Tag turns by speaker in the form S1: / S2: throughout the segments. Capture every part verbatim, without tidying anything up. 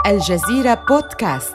S1: الجزيرة بودكاست.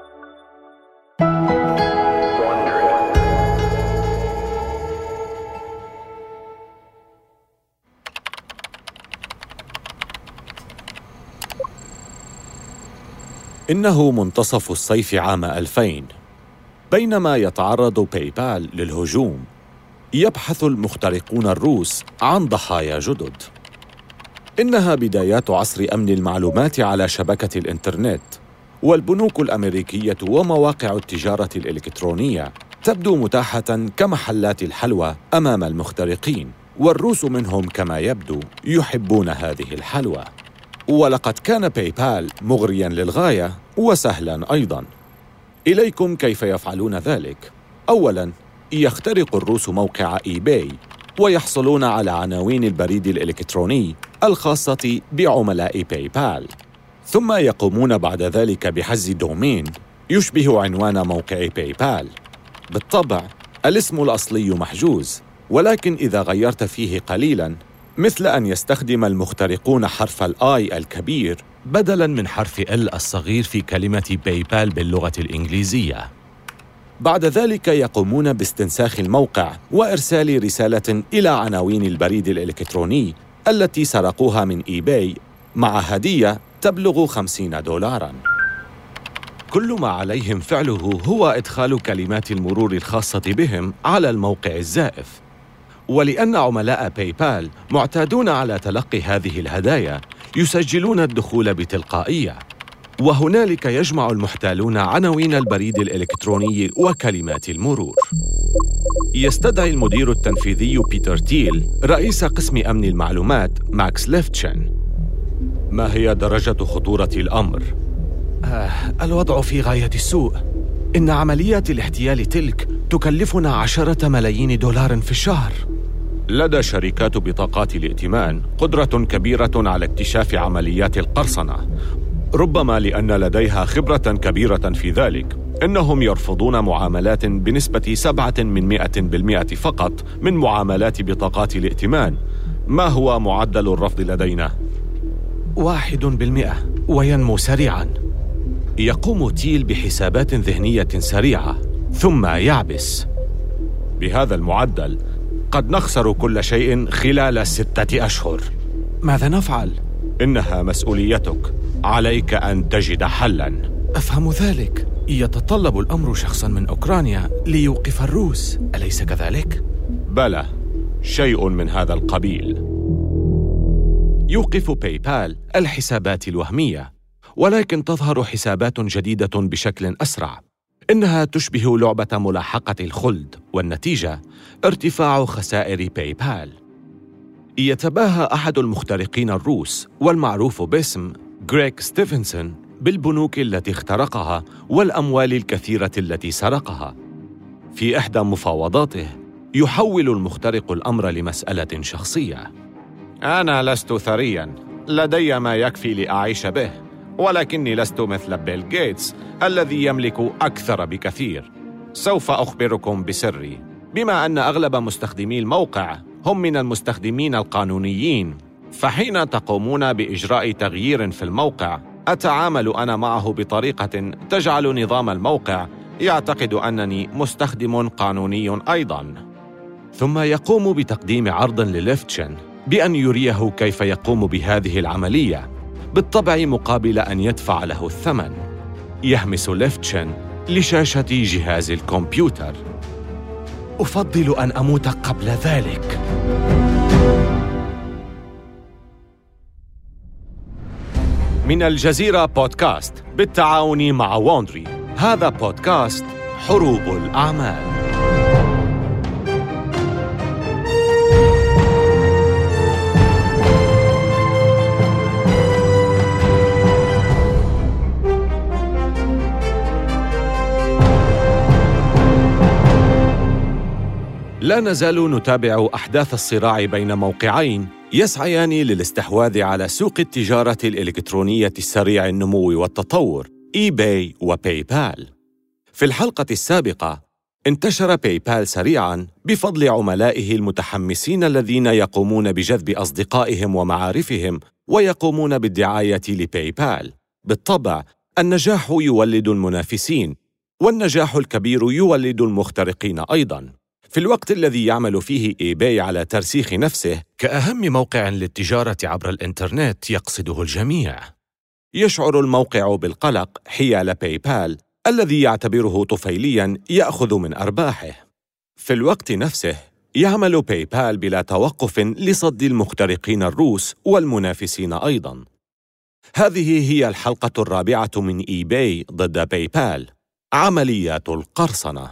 S2: إنه منتصف الصيف عام ألفين، بينما يتعرض باي بال للهجوم، يبحث المخترقون الروس عن ضحايا جدد. إنها بدايات عصر أمن المعلومات على شبكة الإنترنت، والبنوك الأمريكية ومواقع التجارة الإلكترونية تبدو متاحة كمحلات الحلوى أمام المخترقين، والروس منهم كما يبدو يحبون هذه الحلوى. ولقد كان باي بال مغرياً للغاية وسهلاً أيضاً. إليكم كيف يفعلون ذلك. أولاً، يخترق الروس موقع إي باي ويحصلون على عناوين البريد الإلكتروني الخاصة بعملاء باي بال، ثم يقومون بعد ذلك بحجز دومين يشبه عنوان موقع باي بال. بالطبع الاسم الأصلي محجوز، ولكن إذا غيرت فيه قليلاً، مثل أن يستخدم المخترقون حرف الآي الكبير بدلاً من حرف ال الصغير في كلمة باي بال باللغة الإنجليزية. بعد ذلك يقومون باستنساخ الموقع وإرسال رسالة إلى عناوين البريد الإلكتروني التي سرقوها من إي باي مع هدية تبلغ خمسين دولاراً. كل ما عليهم فعله هو إدخال كلمات المرور الخاصة بهم على الموقع الزائف. ولأن عملاء باي بال معتادون على تلقي هذه الهدايا، يسجلون الدخول بتلقائية، وهنالك يجمع المحتالون عناوين البريد الإلكتروني وكلمات المرور. يستدعي المدير التنفيذي بيتر تيل رئيس قسم أمن المعلومات ماكس ليفتشن. ما هي درجة خطورة الأمر؟
S3: آه، الوضع في غاية السوء. إن عمليات الاحتيال تلك تكلفنا عشرة ملايين دولار في الشهر.
S2: لدى شركات بطاقات الائتمان قدرة كبيرة على اكتشاف عمليات القرصنة، ربما لأن لديها خبرة كبيرة في ذلك. إنهم يرفضون معاملات بنسبة سبعة من مئة بالمئة فقط من معاملات بطاقات الائتمان. ما هو معدل الرفض لدينا؟
S3: واحد بالمئة، وينمو سريعاً.
S2: يقوم تيل بحسابات ذهنية سريعة ثم يعبس. بهذا المعدل قد نخسر كل شيء خلال ستة أشهر.
S3: ماذا نفعل؟
S2: إنها مسؤوليتك، عليك أن تجد حلاً.
S3: أفهم ذلك. يتطلب الأمر شخصاً من أوكرانيا ليوقف الروس، أليس كذلك؟
S2: بلى، شيء من هذا القبيل. يوقف باي بال الحسابات الوهمية، ولكن تظهر حسابات جديدة بشكل أسرع. إنها تشبه لعبة ملاحقة الخلد، والنتيجة ارتفاع خسائر باي بال. يتباهى أحد المخترقين الروس والمعروف باسم غريغ ستيفنسون بالبنوك التي اخترقها والأموال الكثيرة التي سرقها. في إحدى مفاوضاته يحول المخترق الأمر لمسألة شخصية. أنا لست ثرياً، لدي ما يكفي لأعيش به، ولكني لست مثل بيل غيتس الذي يملك أكثر بكثير. سوف أخبركم بسري. بما أن أغلب مستخدمي الموقع هم من المستخدمين القانونيين، فحين تقومون بإجراء تغيير في الموقع، أتعامل أنا معه بطريقة تجعل نظام الموقع يعتقد أنني مستخدم قانوني أيضاً. ثم يقوم بتقديم عرض لليفتشن بأن يريه كيف يقوم بهذه العملية، بالطبع مقابل أن يدفع له الثمن. يهمس ليفتشن لشاشة جهاز الكمبيوتر.
S3: أفضل أن أموت قبل ذلك.
S2: من الجزيرة بودكاست بالتعاون مع ووندري، هذا بودكاست حروب الأعمال. لا نزال نتابع أحداث الصراع بين موقعين يسعيان للاستحواذ على سوق التجارة الإلكترونية السريع النمو والتطور، إي باي وباي بال. في الحلقة السابقة انتشر باي بال سريعاً بفضل عملائه المتحمسين الذين يقومون بجذب أصدقائهم ومعارفهم ويقومون بالدعاية لباي بال. بالطبع النجاح يولد المنافسين، والنجاح الكبير يولد المخترقين أيضاً. في الوقت الذي يعمل فيه إي باي على ترسيخ نفسه
S3: كأهم موقع للتجارة عبر الإنترنت يقصده الجميع،
S2: يشعر الموقع بالقلق حيال باي بال الذي يعتبره طفيلياً يأخذ من أرباحه. في الوقت نفسه يعمل باي بال بلا توقف لصد المخترقين الروس والمنافسين أيضاً. هذه هي الحلقة الرابعة من إي باي ضد باي بال، عمليات القرصنة.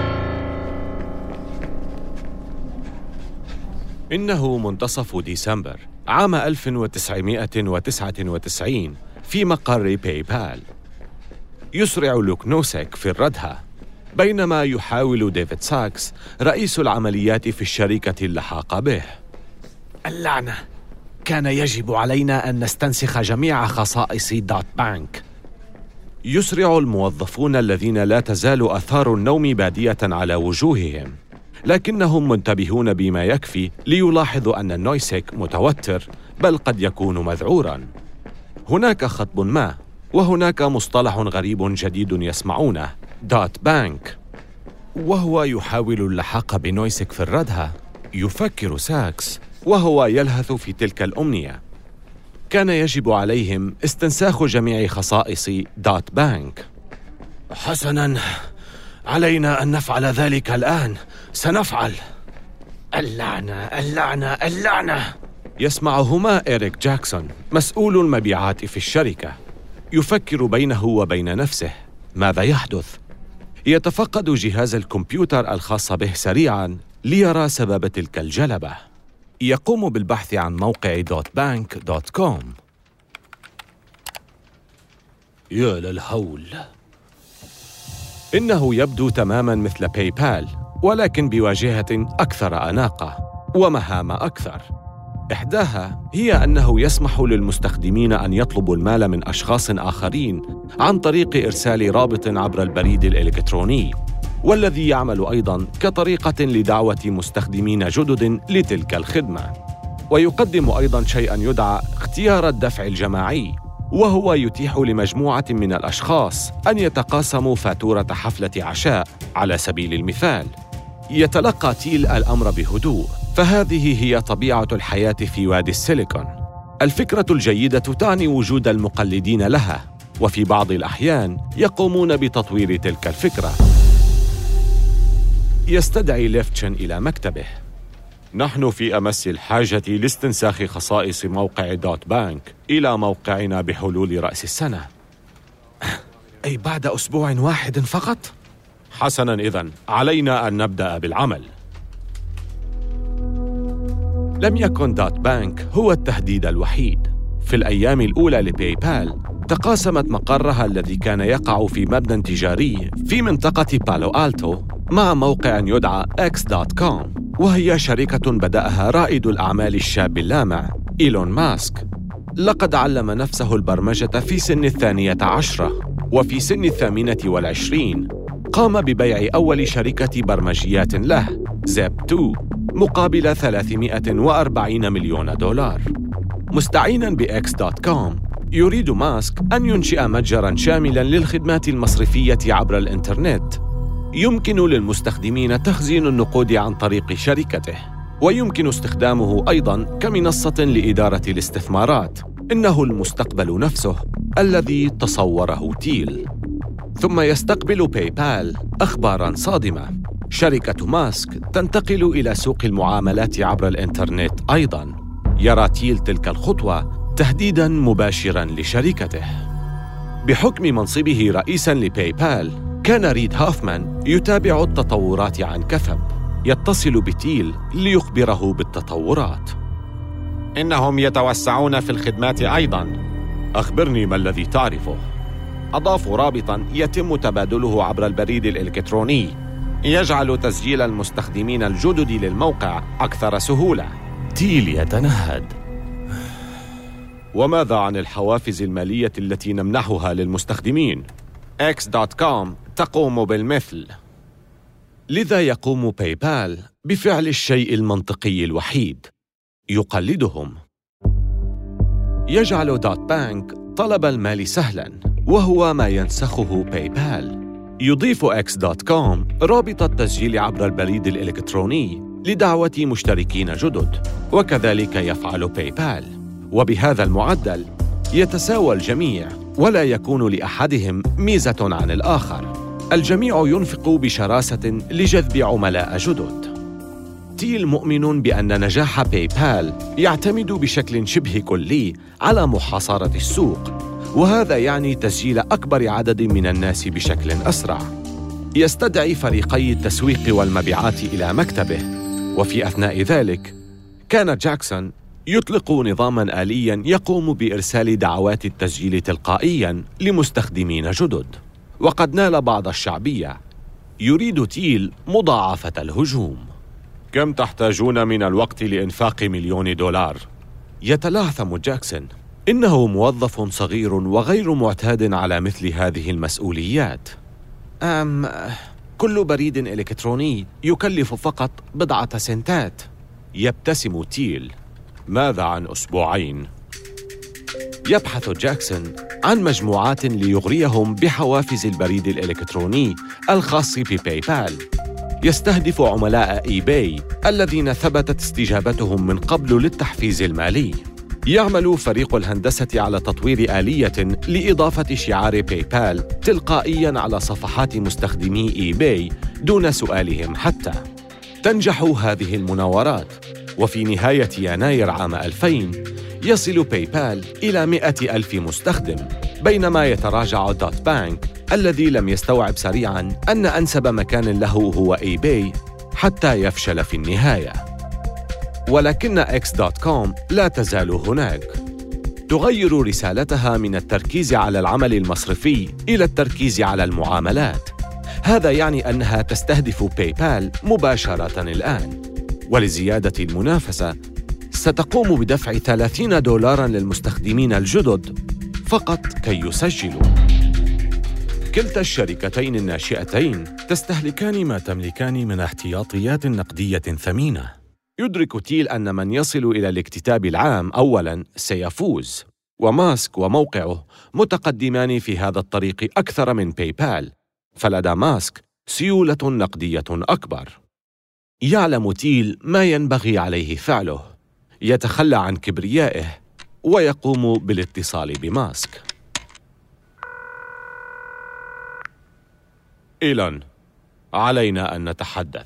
S2: إنه منتصف ديسمبر عام ألف وتسعمائة وتسعة وتسعين في مقر باي بال. يسرع لوك نوسك في الردهة بينما يحاول ديفيد ساكس رئيس العمليات في الشركة اللحاق به.
S3: اللعنة، كان يجب علينا أن نستنسخ جميع خصائص دوت بانك.
S2: يسرع الموظفون الذين لا تزال آثار النوم بادية على وجوههم، لكنهم منتبهون بما يكفي ليلاحظوا أن نويسك متوتر، بل قد يكون مذعوراً. هناك خطب ما، وهناك مصطلح غريب جديد يسمعونه، دوت بانك.
S3: وهو يحاول اللحاق بنويسك في الردهة،
S2: يفكر ساكس وهو يلهث في تلك الأمنية. كان يجب عليهم استنساخ جميع خصائص دوت بانك.
S3: حسناً، علينا أن نفعل ذلك الآن. سنفعل. اللعنة اللعنة اللعنة.
S2: يسمعهما إريك جاكسون مسؤول المبيعات في الشركة، يفكر بينه وبين نفسه ماذا يحدث. يتفقد جهاز الكمبيوتر الخاص به سريعاً ليرى سبب تلك الجلبة.
S3: يقوم بالبحث عن موقع دوت بانك دوت كوم.
S2: يا للهول، إنه يبدو تماماً مثل باي بال، ولكن بواجهة أكثر أناقة ومهام أكثر. إحداها هي أنه يسمح للمستخدمين أن يطلبوا المال من أشخاص آخرين عن طريق إرسال رابط عبر البريد الإلكتروني، والذي يعمل أيضاً كطريقة لدعوة مستخدمين جدد لتلك الخدمة. ويقدم أيضاً شيئاً يدعى اختيار الدفع الجماعي، وهو يتيح لمجموعة من الأشخاص أن يتقاسموا فاتورة حفلة عشاء على سبيل المثال. يتلقى تيل الأمر بهدوء، فهذه هي طبيعة الحياة في وادي السيليكون. الفكرة الجيدة تعني وجود المقلدين لها، وفي بعض الأحيان يقومون بتطوير تلك الفكرة. يستدعي ليفتشن إلى مكتبه. نحن في أمس الحاجة لاستنساخ خصائص موقع دوت بانك إلى موقعنا بحلول رأس السنة.
S3: أي بعد أسبوع واحد فقط؟
S2: حسناً، إذن علينا أن نبدأ بالعمل. لم يكن دوت بانك هو التهديد الوحيد. في الأيام الأولى لباي بال تقاسمت مقرها الذي كان يقع في مبنى تجاري في منطقة بالو آلتو مع موقع يدعى إكس دوت كوم، وهي شركة بدأها رائد الأعمال الشاب اللامع إيلون ماسك. لقد علم نفسه البرمجة في سن الثانية عشرة، وفي سن الثامنة والعشرين قام ببيع أول شركة برمجيات له، زيب تو، مقابل ثلاثمائة وأربعين مليون دولار. مستعيناً بإكس دوت كوم، يريد ماسك أن ينشئ متجراً شاملاً للخدمات المصرفية عبر الإنترنت. يمكن للمستخدمين تخزين النقود عن طريق شركته، ويمكن استخدامه أيضاً كمنصة لإدارة الاستثمارات. إنه المستقبل نفسه الذي تصوره تيل. ثم يستقبل باي بال أخباراً صادمة. شركة ماسك تنتقل إلى سوق المعاملات عبر الإنترنت أيضاً. يرى تيل تلك الخطوة تهديداً مباشراً لشركته. بحكم منصبه رئيساً لباي بال، كان ريد هوفمان يتابع التطورات عن كثب. يتصل بتيل ليخبره بالتطورات. إنهم يتوسعون في الخدمات أيضاً. أخبرني ما الذي تعرفه. أضافوا رابطاً يتم تبادله عبر البريد الإلكتروني، يجعل تسجيل المستخدمين الجدد للموقع أكثر سهولة.
S3: تيل يتنهد.
S2: وماذا عن الحوافز المالية التي نمنحها للمستخدمين؟ إكس دوت كوم تقوم بالمثل. لذا يقوم باي بال بفعل الشيء المنطقي الوحيد، يقلدهم. يجعل دوت بانك طلب المال سهلاً،
S3: وهو ما ينسخه باي بال. يضيف إكس دوت كوم رابط التسجيل عبر البريد الإلكتروني لدعوة مشتركين جدد، وكذلك يفعل باي بال. وبهذا المعدل يتساوى الجميع ولا يكون لأحدهم ميزة عن الآخر. الجميع ينفق بشراسة لجذب عملاء جدد. تيل مؤمن بأن نجاح باي بال يعتمد بشكل شبه كلي على محاصرة السوق، وهذا يعني تسجيل أكبر عدد من الناس بشكل أسرع. يستدعي فريقي التسويق والمبيعات إلى مكتبه، وفي أثناء ذلك كان جاكسون يطلق نظاماً آلياً يقوم بإرسال دعوات التسجيل تلقائياً لمستخدمين جدد، وقد نال بعض الشعبية. يريد تيل مضاعفة الهجوم. كم تحتاجون من الوقت لإنفاق مليون دولار؟ يتلعثم جاكسون. إنه موظف صغير وغير معتاد على مثل هذه المسؤوليات. أم كل بريد إلكتروني يكلف فقط بضعة سنتات. يبتسم تيل. ماذا عن أسبوعين؟ يبحث جاكسون عن مجموعات ليغريهم بحوافز البريد الإلكتروني الخاص بباي بال. يستهدف عملاء إي باي الذين ثبتت استجابتهم من قبل للتحفيز المالي. يعمل فريق الهندسة على تطوير آلية لإضافة شعار باي بال تلقائياً على صفحات مستخدمي إي باي دون سؤالهم حتى. تنجح هذه المناورات، وفي نهاية يناير عام ألفين يصل باي بال إلى مئة ألف مستخدم، بينما يتراجع دوت بانك الذي لم يستوعب سريعاً أن أنسب مكان له هو إي باي حتى يفشل في النهاية. ولكن إكس دوت كوم لا تزال هناك. تغير رسالتها من التركيز على العمل المصرفي إلى التركيز على المعاملات. هذا يعني أنها تستهدف باي بال مباشرة الآن. ولزيادة المنافسة ستقوم بدفع ثلاثين دولاراً للمستخدمين الجدد فقط كي يسجلوا. كلتا الشركتين الناشئتين تستهلكان ما تملكان من احتياطيات نقدية ثمينة. يدرك تيل أن من يصل إلى الاكتتاب العام أولاً سيفوز، وماسك وموقعه متقدمان في هذا الطريق أكثر من باي بال، فلدى ماسك سيولة نقدية أكبر. يعلم تيل ما ينبغي عليه فعله. يتخلى عن كبريائه ويقوم بالاتصال بماسك. إيلون، علينا أن نتحدث.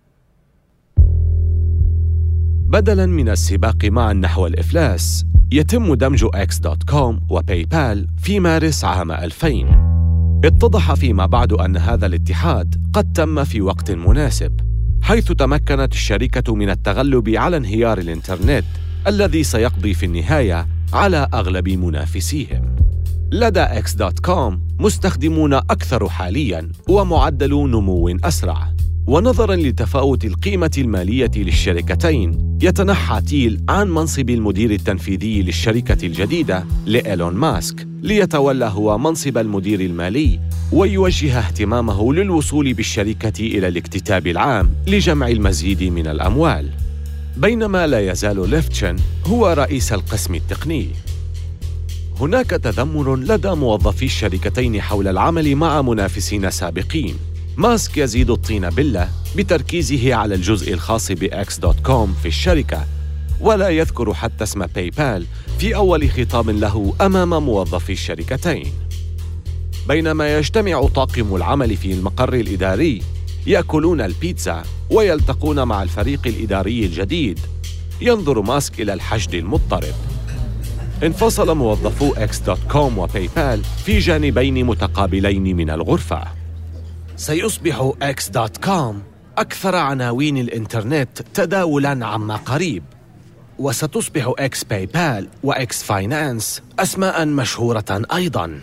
S3: بدلاً من السباق معاً نحو الإفلاس، يتم دمج إكس دوت كوم وباي بال في مارس عام ألفين. اتضح فيما بعد أن هذا الاتحاد قد تم في وقت مناسب، حيث تمكنت الشركة من التغلب على انهيار الإنترنت الذي سيقضي في النهاية على أغلب منافسيهم. لدى إكس دوت كوم مستخدمون أكثر حالياً ومعدل نمو أسرع. ونظراً لتفاوت القيمة المالية للشركتين، يتنحى تيل عن منصب المدير التنفيذي للشركة الجديدة لإيلون ماسك ليتولى هو منصب المدير المالي، ويوجه اهتمامه للوصول بالشركة إلى الاكتتاب العام لجمع المزيد من الأموال. بينما لا يزال ليفتشن هو رئيس القسم التقني. هناك تذمر لدى موظفي الشركتين حول العمل مع منافسين سابقين. ماسك يزيد الطين بلة بتركيزه على الجزء الخاص بإكس دوت كوم في الشركة، ولا يذكر حتى اسم باي بال في أول خطاب له أمام موظفي الشركتين. بينما يجتمع طاقم العمل في المقر الإداري يأكلون البيتزا ويلتقون مع الفريق الإداري الجديد، ينظر ماسك إلى الحشد المضطرب. انفصل موظفو إكس دوت كوم وباي بال في جانبين متقابلين من الغرفة. سيصبح إكس دوت كوم أكثر عناوين الإنترنت تداولاً عما قريب، وستصبح إكس باي بال وإكس فاينانس أسماء مشهورة أيضاً.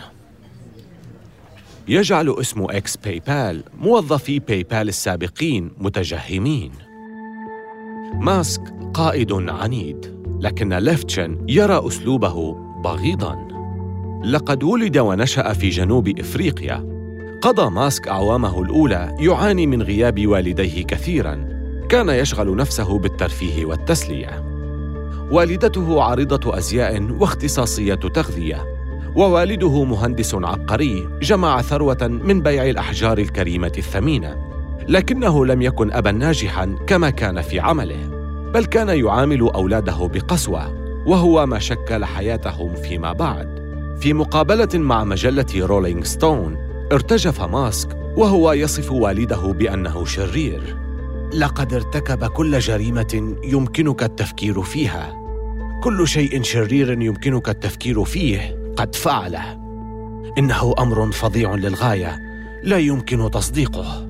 S3: يجعل اسم إكس باي بال موظفي باي بال السابقين متجهمين. ماسك قائد عنيد، لكن ليفتشن يرى أسلوبه بغيضاً. لقد ولد ونشأ في جنوب إفريقيا. قضى ماسك أعوامه الأولى يعاني من غياب والديه كثيراً. كان يشغل نفسه بالترفيه والتسلية. والدته عارضة أزياء واختصاصية تغذية، ووالده مهندس عبقري جمع ثروة من بيع الأحجار الكريمة الثمينة، لكنه لم يكن أباً ناجحاً كما كان في عمله، بل كان يعامل أولاده بقسوة، وهو ما شكل حياتهم فيما بعد. في مقابلة مع مجلة رولينغ ستون، ارتجف ماسك وهو يصف والده بأنه شرير. لقد ارتكب كل جريمة يمكنك التفكير فيها، كل شيء شرير يمكنك التفكير فيه قد فعله. إنه أمر فظيع للغاية، لا يمكن تصديقه.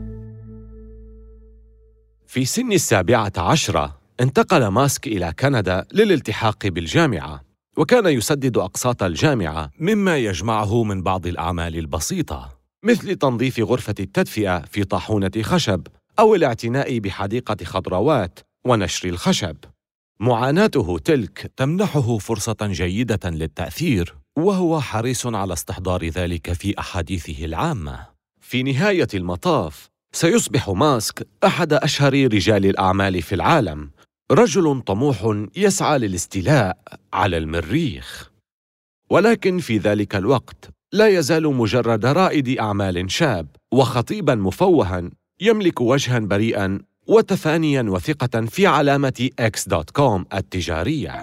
S3: في سن السابعة عشرة انتقل ماسك إلى كندا للالتحاق بالجامعة، وكان يسدد أقساط الجامعة مما يجمعه من بعض الأعمال البسيطة، مثل تنظيف غرفة التدفئة في طاحونة خشب أو الاعتناء بحديقة خضروات ونشر الخشب. معاناته تلك تمنحه فرصة جيدة للتأثير، وهو حريص على استحضار ذلك في أحاديثه العامة. في نهاية المطاف سيصبح ماسك أحد أشهر رجال الأعمال في العالم، رجل طموح يسعى للاستيلاء على المريخ. ولكن في ذلك الوقت لا يزال مجرد رائد أعمال شاب وخطيباً مفوهاً يملك وجهاً بريئاً وتفانياً وثقة في علامة إكس دوت كوم التجارية.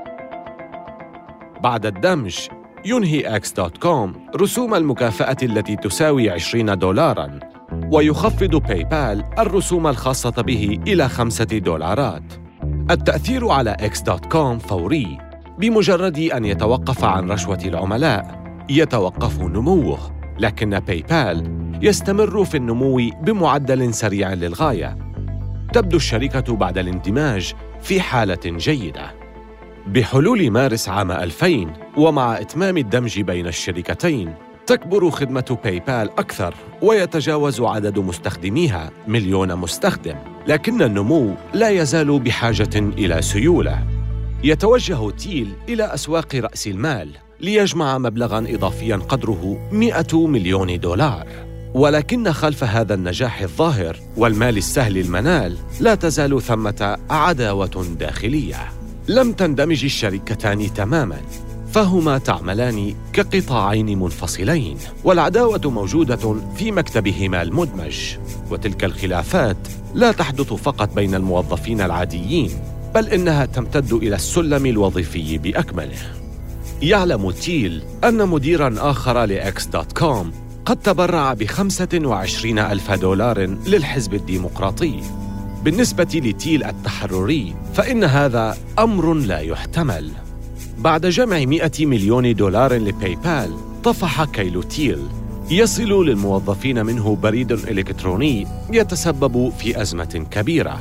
S3: بعد الدمج ينهي إكس دوت كوم رسوم المكافأة التي تساوي عشرين دولاراً، ويخفض باي بال الرسوم الخاصة به إلى خمسة دولارات. التأثير على إكس دوت كوم فوري، بمجرد أن يتوقف عن رشوة العملاء يتوقف نموه، لكن باي بال يستمر في النمو بمعدل سريع للغاية. تبدو الشركة بعد الاندماج في حالة جيدة. بحلول مارس عام ألفين، ومع إتمام الدمج بين الشركتين، تكبر خدمة باي بال أكثر ويتجاوز عدد مستخدميها مليون مستخدم، لكن النمو لا يزال بحاجة إلى سيولة. يتوجه تيل إلى أسواق رأس المال ليجمع مبلغاً إضافياً قدره مئة مليون دولار، ولكن خلف هذا النجاح الظاهر والمال السهل المنال لا تزال ثمة عداوة داخلية. لم تندمج الشركتان تماماً، فهما تعملان كقطاعين منفصلين، والعداوة موجودة في مكتبهما المدمج. وتلك الخلافات لا تحدث فقط بين الموظفين العاديين، بل إنها تمتد إلى السلم الوظيفي بأكمله. يعلم تيل أن مديراً آخر لإكس دوت كوم قد تبرع بخمسة وعشرين ألف دولار للحزب الديمقراطي. بالنسبة لتيل التحرري فإن هذا أمر لا يحتمل. بعد جمع مئة مليون دولار لباي بال، طفح كيلو تيل يصل للموظفين منه بريد إلكتروني يتسبب في أزمة كبيرة.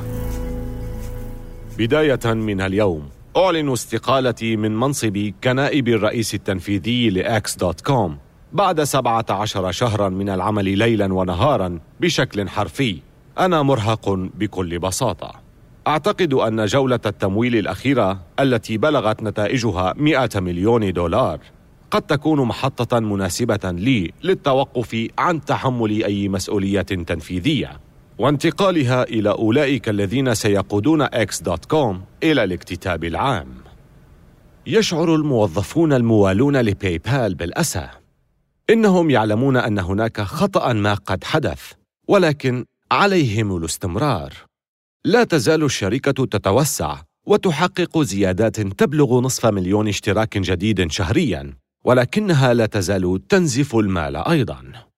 S3: بداية من اليوم أعلن استقالتي من منصبي كنائب الرئيس التنفيذي لإكس دوت كوم بعد سبعة عشر شهراً من العمل ليلاً ونهاراً بشكل حرفي. أنا مرهق بكل بساطة. أعتقد أن جولة التمويل الأخيرة التي بلغت نتائجها مئة مليون دولار قد تكون محطة مناسبة لي للتوقف عن تحمل أي مسؤولية تنفيذية وانتقالها إلى أولئك الذين سيقودون إكس دوت كوم إلى الاكتتاب العام. يشعر الموظفون الموالون لباي بال بالأسى. إنهم يعلمون أن هناك خطأ ما قد حدث، ولكن عليهم الاستمرار. لا تزال الشركة تتوسع وتحقق زيادات تبلغ نصف مليون اشتراك جديد شهرياً، ولكنها لا تزال تنزف المال أيضاً.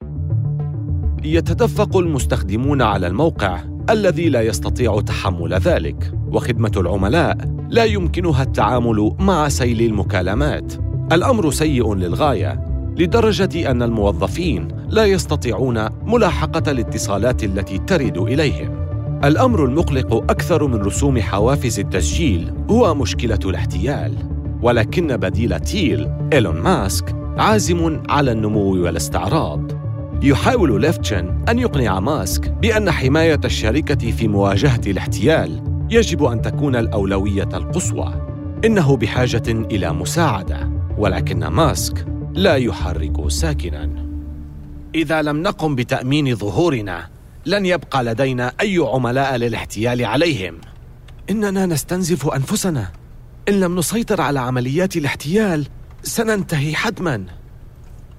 S3: يتدفق المستخدمون على الموقع الذي لا يستطيع تحمل ذلك، وخدمة العملاء لا يمكنها التعامل مع سيل المكالمات. الأمر سيء للغاية، لدرجة أن الموظفين لا يستطيعون ملاحقة الاتصالات التي ترد إليهم. الأمر المقلق أكثر من رسوم حوافز التسجيل هو مشكلة الاحتيال، ولكن بديل تيل إيلون ماسك عازم على النمو والاستعراض. يحاول ليفتشن أن يقنع ماسك بأن حماية الشركة في مواجهة الاحتيال يجب أن تكون الأولوية القصوى. إنه بحاجة إلى مساعدة، ولكن ماسك لا يحرك ساكناً. إذا لم نقم بتأمين ظهورنا لن يبقى لدينا أي عملاء للاحتيال عليهم. إننا نستنزف أنفسنا. إن لم نسيطر على عمليات الاحتيال سننتهي حتماً.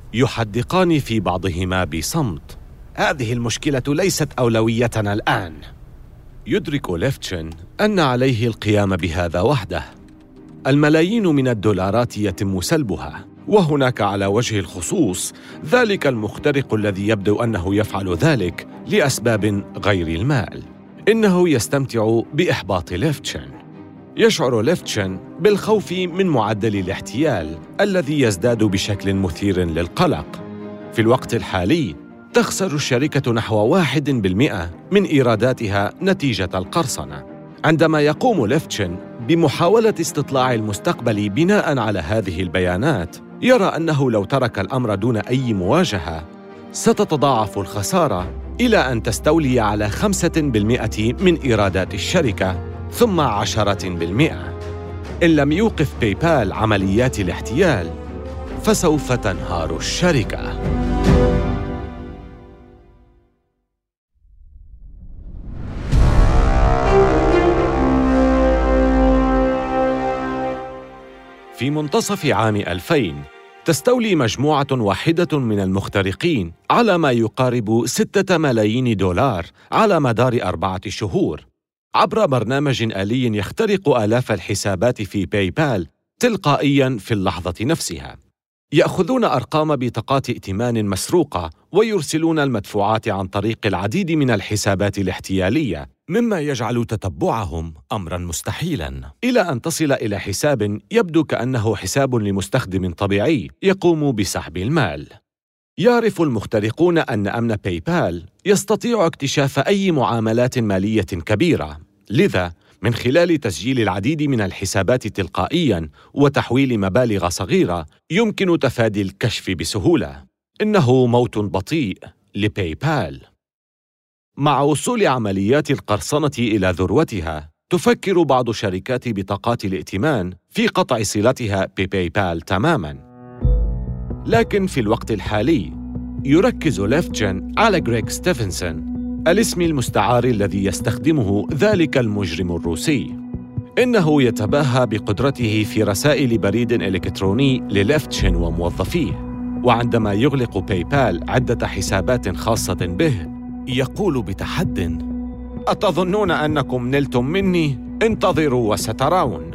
S3: يحدقان في بعضهما بصمت. هذه المشكلة ليست أولويتنا الآن. يدرك ليفتشن أن عليه القيام بهذا وحده. الملايين من الدولارات يتم سلبها، وهناك على وجه الخصوص ذلك المخترق الذي يبدو أنه يفعل ذلك لأسباب غير المال. إنه يستمتع بإحباط ليفتشن. يشعر ليفتشن بالخوف من معدل الاحتيال الذي يزداد بشكل مثير للقلق. في الوقت الحالي تخسر الشركة نحو واحد بالمئة من إيراداتها نتيجة القرصنة. عندما يقوم ليفتشن بمحاولة استطلاع المستقبل بناء على هذه البيانات، يرى أنه لو ترك الأمر دون أي مواجهة ستتضاعف الخسارة إلى أن تستولي على خمسة بالمئة من إيرادات الشركة ثم عشرة بالمئة. إن لم يوقف باي بال عمليات الاحتيال فسوف تنهار الشركة. في منتصف عام ألفين تستولي مجموعة واحدة من المخترقين على ما يقارب ستة ملايين دولار على مدار أربعة شهور عبر برنامج آلي يخترق آلاف الحسابات في باي بال تلقائياً في اللحظة نفسها. يأخذون أرقام بطاقات ائتمان مسروقة ويرسلون المدفوعات عن طريق العديد من الحسابات الاحتيالية، مما يجعل تتبعهم أمراً مستحيلاً، إلى أن تصل إلى حساب يبدو كأنه حساب لمستخدم طبيعي يقوم بسحب المال. يعرف المخترقون أن أمن باي بال يستطيع اكتشاف أي معاملات مالية كبيرة، لذا من خلال تسجيل العديد من الحسابات تلقائياً وتحويل مبالغ صغيرة يمكن تفادي الكشف بسهولة. إنه موت بطيء لباي بال. مع وصول عمليات القرصنة إلى ذروتها، تفكر بعض شركات بطاقات الائتمان في قطع صلتها بباي بال تماماً. لكن في الوقت الحالي يركز ليفتشن على غريغ ستيفنسون، الاسم المستعار الذي يستخدمه ذلك المجرم الروسي. إنه يتباهى بقدرته في رسائل بريد إلكتروني لليفتشن وموظفيه، وعندما يغلق باي بال عدة حسابات خاصة به يقول بتحد: أتظنون أنكم نلتم مني؟ انتظروا وسترون.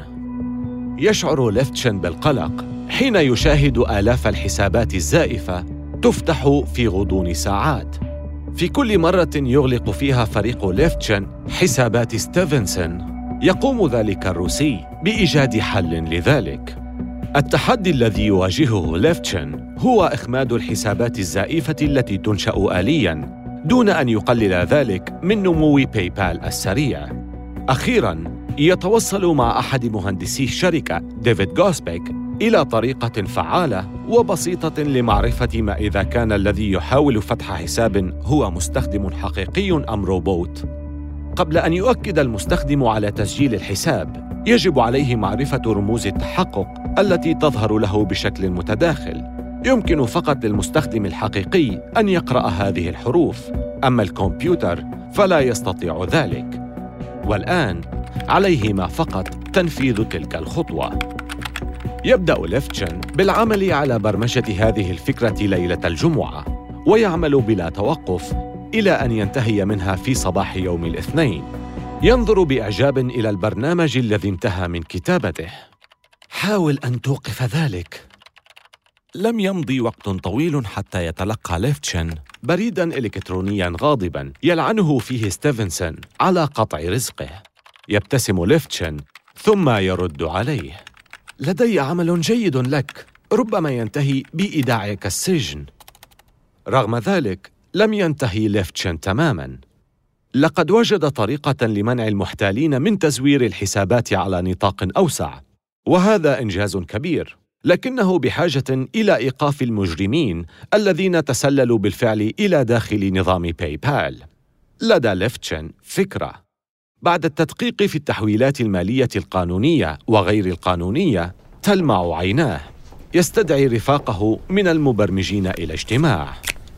S3: يشعر ليفتشن بالقلق حين يشاهد آلاف الحسابات الزائفة تفتح في غضون ساعات. في كل مرة يغلق فيها فريق ليفتشن حسابات ستيفنسون، يقوم ذلك الروسي بإيجاد حل لذلك. التحدي الذي يواجهه ليفتشن هو إخماد الحسابات الزائفة التي تنشأ آلياً دون أن يقلل ذلك من نمو باي بال السريع. أخيراً يتوصل مع أحد مهندسي الشركة ديفيد غوسبيك إلى طريقة فعالة وبسيطة لمعرفة ما إذا كان الذي يحاول فتح حساب هو مستخدم حقيقي أم روبوت. قبل أن يؤكد المستخدم على تسجيل الحساب، يجب عليه معرفة رموز التحقق التي تظهر له بشكل متداخل. يمكن فقط للمستخدم الحقيقي أن يقرأ هذه الحروف، أما الكمبيوتر فلا يستطيع ذلك. والآن عليهما فقط تنفيذ تلك الخطوة. يبدأ ليفتشن بالعمل على برمجة هذه الفكرة ليلة الجمعة، ويعمل بلا توقف إلى أن ينتهي منها في صباح يوم الاثنين. ينظر بإعجاب إلى البرنامج الذي انتهى من كتابته. حاول أن توقف ذلك. لم يمضي وقت طويل حتى يتلقى ليفتشن بريداً إلكترونياً غاضباً يلعنه فيه ستيفنسون على قطع رزقه. يبتسم ليفتشن ثم يرد عليه: لدي عمل جيد لك، ربما ينتهي بإيداعك السجن. رغم ذلك لم ينتهي ليفتشن تماماً. لقد وجد طريقة لمنع المحتالين من تزوير الحسابات على نطاق أوسع، وهذا إنجاز كبير، لكنه بحاجة إلى إيقاف المجرمين الذين تسللوا بالفعل إلى داخل نظام باي بال. لدى ليفتشن فكرة. بعد التدقيق في التحويلات المالية القانونية وغير القانونية تلمع عيناه. يستدعي رفاقه من المبرمجين إلى اجتماع.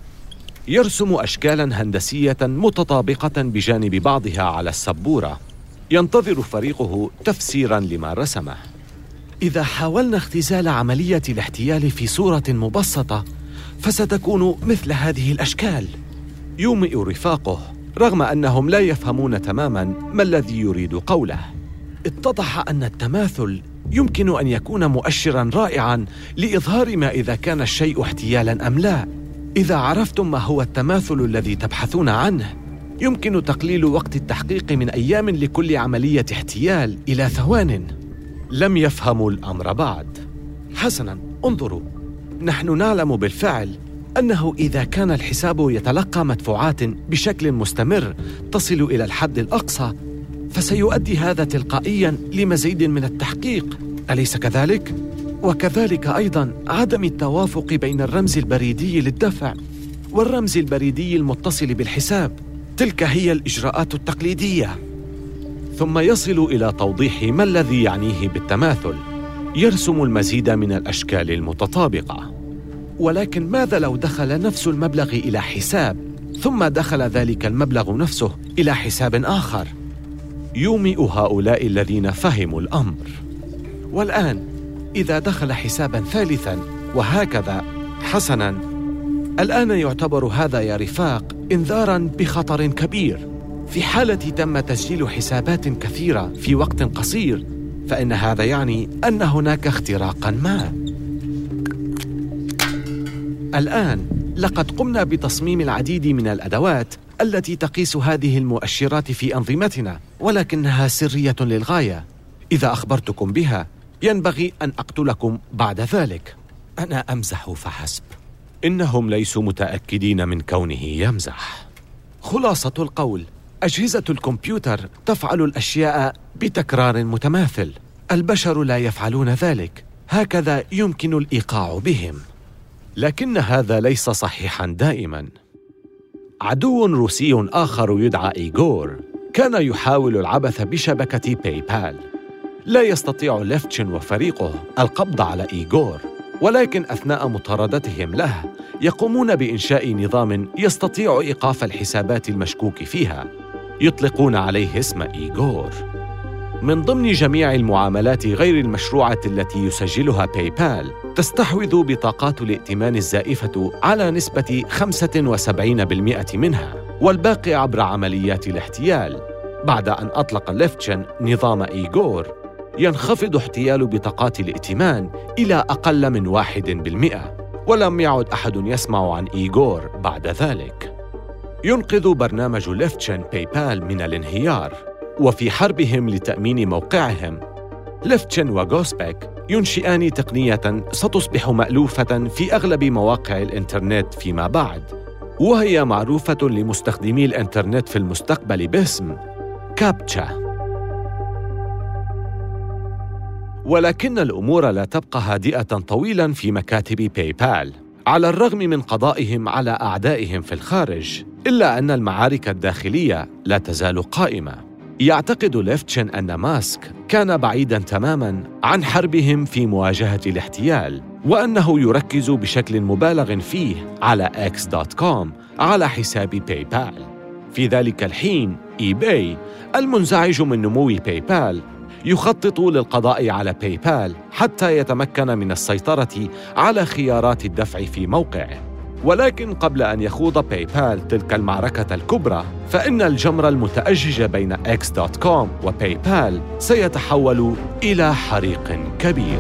S3: يرسم أشكالاً هندسية متطابقة بجانب بعضها على السبورة. ينتظر فريقه تفسيراً لما رسمه. إذا حاولنا اختزال عملية الاحتيال في صورة مبسطة، فستكون مثل هذه الأشكال. يومئ رفاقه رغم أنهم لا يفهمون تماماً ما الذي يريد قوله. اتضح أن التماثل يمكن أن يكون مؤشراً رائعاً لإظهار ما إذا كان الشيء احتيالاً أم لا. إذا عرفتم ما هو التماثل الذي تبحثون عنه، يمكن تقليل وقت التحقيق من أيام لكل عملية احتيال إلى ثوان. لم يفهموا الأمر بعد. حسناً، انظروا، نحن نعلم بالفعل أنه إذا كان الحساب يتلقى مدفوعات بشكل مستمر تصل إلى الحد الأقصى، فسيؤدي هذا تلقائياً لمزيد من التحقيق، أليس كذلك؟ وكذلك أيضاً عدم التوافق بين الرمز البريدي للدفع والرمز البريدي المتصل بالحساب. تلك هي الإجراءات التقليدية. ثم يصل إلى توضيح ما الذي يعنيه بالتماثل. يرسم المزيد من الأشكال المتطابقة. ولكن ماذا لو دخل نفس المبلغ إلى حساب، ثم دخل ذلك المبلغ نفسه إلى حساب آخر؟ يومئ هؤلاء الذين فهموا الأمر. والآن إذا دخل حساباً ثالثاً وهكذا. حسناً، الآن يعتبر هذا يا رفاق إنذاراً بخطر كبير. في حالة تم تسجيل حسابات كثيرة في وقت قصير، فإن هذا يعني أن هناك اختراقاً ما. الآن لقد قمنا بتصميم العديد من الأدوات التي تقيس هذه المؤشرات في أنظمتنا، ولكنها سرية للغاية. إذا أخبرتكم بها ينبغي أن أقتلكم بعد ذلك.
S2: أنا أمزح فحسب.
S3: إنهم ليسوا متأكدين من كونه يمزح. خلاصة القول، أجهزة الكمبيوتر تفعل الأشياء بتكرار متماثل. البشر لا يفعلون ذلك، هكذا يمكن الإيقاع بهم. لكن هذا ليس صحيحاً دائماً. عدو روسي آخر يدعى إيغور كان يحاول العبث بشبكة باي بال. لا يستطيع ليفتشن وفريقه القبض على إيغور، ولكن أثناء مطاردتهم له يقومون بإنشاء نظام يستطيع إيقاف الحسابات المشكوك فيها. يطلقون عليه اسم إيغور. من ضمن جميع المعاملات غير المشروعة التي يسجلها باي بال، تستحوذ بطاقات الائتمان الزائفة على نسبة خمسة وسبعين بالمئة منها، والباقي عبر عمليات الاحتيال. بعد أن أطلق ليفتشن نظام إيغور، ينخفض احتيال بطاقات الائتمان إلى أقل من واحد بالمئة، ولم يعد أحد يسمع عن إيغور بعد ذلك. ينقذ برنامج ليفتشن باي بال من الانهيار، وفي حربهم لتأمين موقعهم، ليفتشن وغوسبيك ينشئان تقنية ستصبح مألوفة في أغلب مواقع الإنترنت فيما بعد، وهي معروفة لمستخدمي الإنترنت في المستقبل باسم كابتشا. ولكن الأمور لا تبقى هادئة طويلاً في مكاتب باي بال. على الرغم من قضائهم على أعدائهم في الخارج، إلا أن المعارك الداخلية لا تزال قائمة. يعتقد ليفتشن أن ماسك كان بعيداً تماماً عن حربهم في مواجهة الاحتيال، وأنه يركز بشكل مبالغ فيه على إكس دوت كوم على حساب باي بال. في ذلك الحين إي باي المنزعج من نمو باي بال يخطط للقضاء على باي بال حتى يتمكن من السيطرة على خيارات الدفع في موقعه. ولكن قبل أن يخوض باي بال تلك المعركة الكبرى، فإن الجمر المتأجج بين إكس دوت كوم وباي بال سيتحول إلى حريق كبير.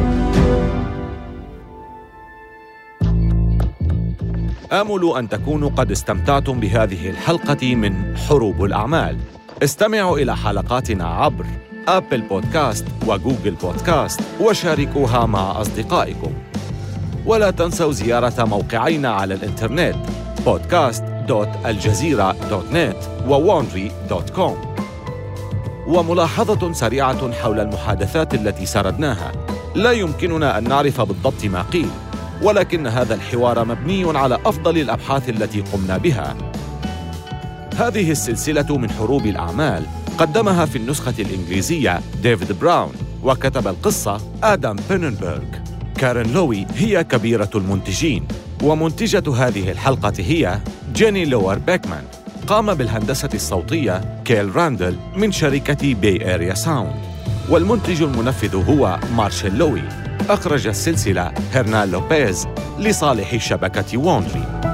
S3: آمل أن تكونوا قد استمتعتم بهذه الحلقة من حروب الأعمال. استمعوا إلى حلقاتنا عبر أبل بودكاست وجوجل بودكاست، وشاركوها مع أصدقائكم. ولا تنسوا زيارة موقعينا على الإنترنت بودكاست دوت الجزيرة دوت نت ووانري دوت كوم. وملاحظة سريعة حول المحادثات التي سردناها. لا يمكننا أن نعرف بالضبط ما قيل، ولكن هذا الحوار مبني على أفضل الأبحاث التي قمنا بها. هذه السلسلة من حروب الأعمال قدمها في النسخة الإنجليزية ديفيد براون، وكتب القصة آدم بيننبرغ. كارين لوي هي كبيرة المنتجين، ومنتجة هذه الحلقة هي جيني لوار بيكمان. قام بالهندسة الصوتية كيل راندل من شركة باي إيريا ساوند، والمنتج المنفذ هو مارشيل لوي. أخرج السلسلة هرنان لوبيز لصالح شبكة وونري.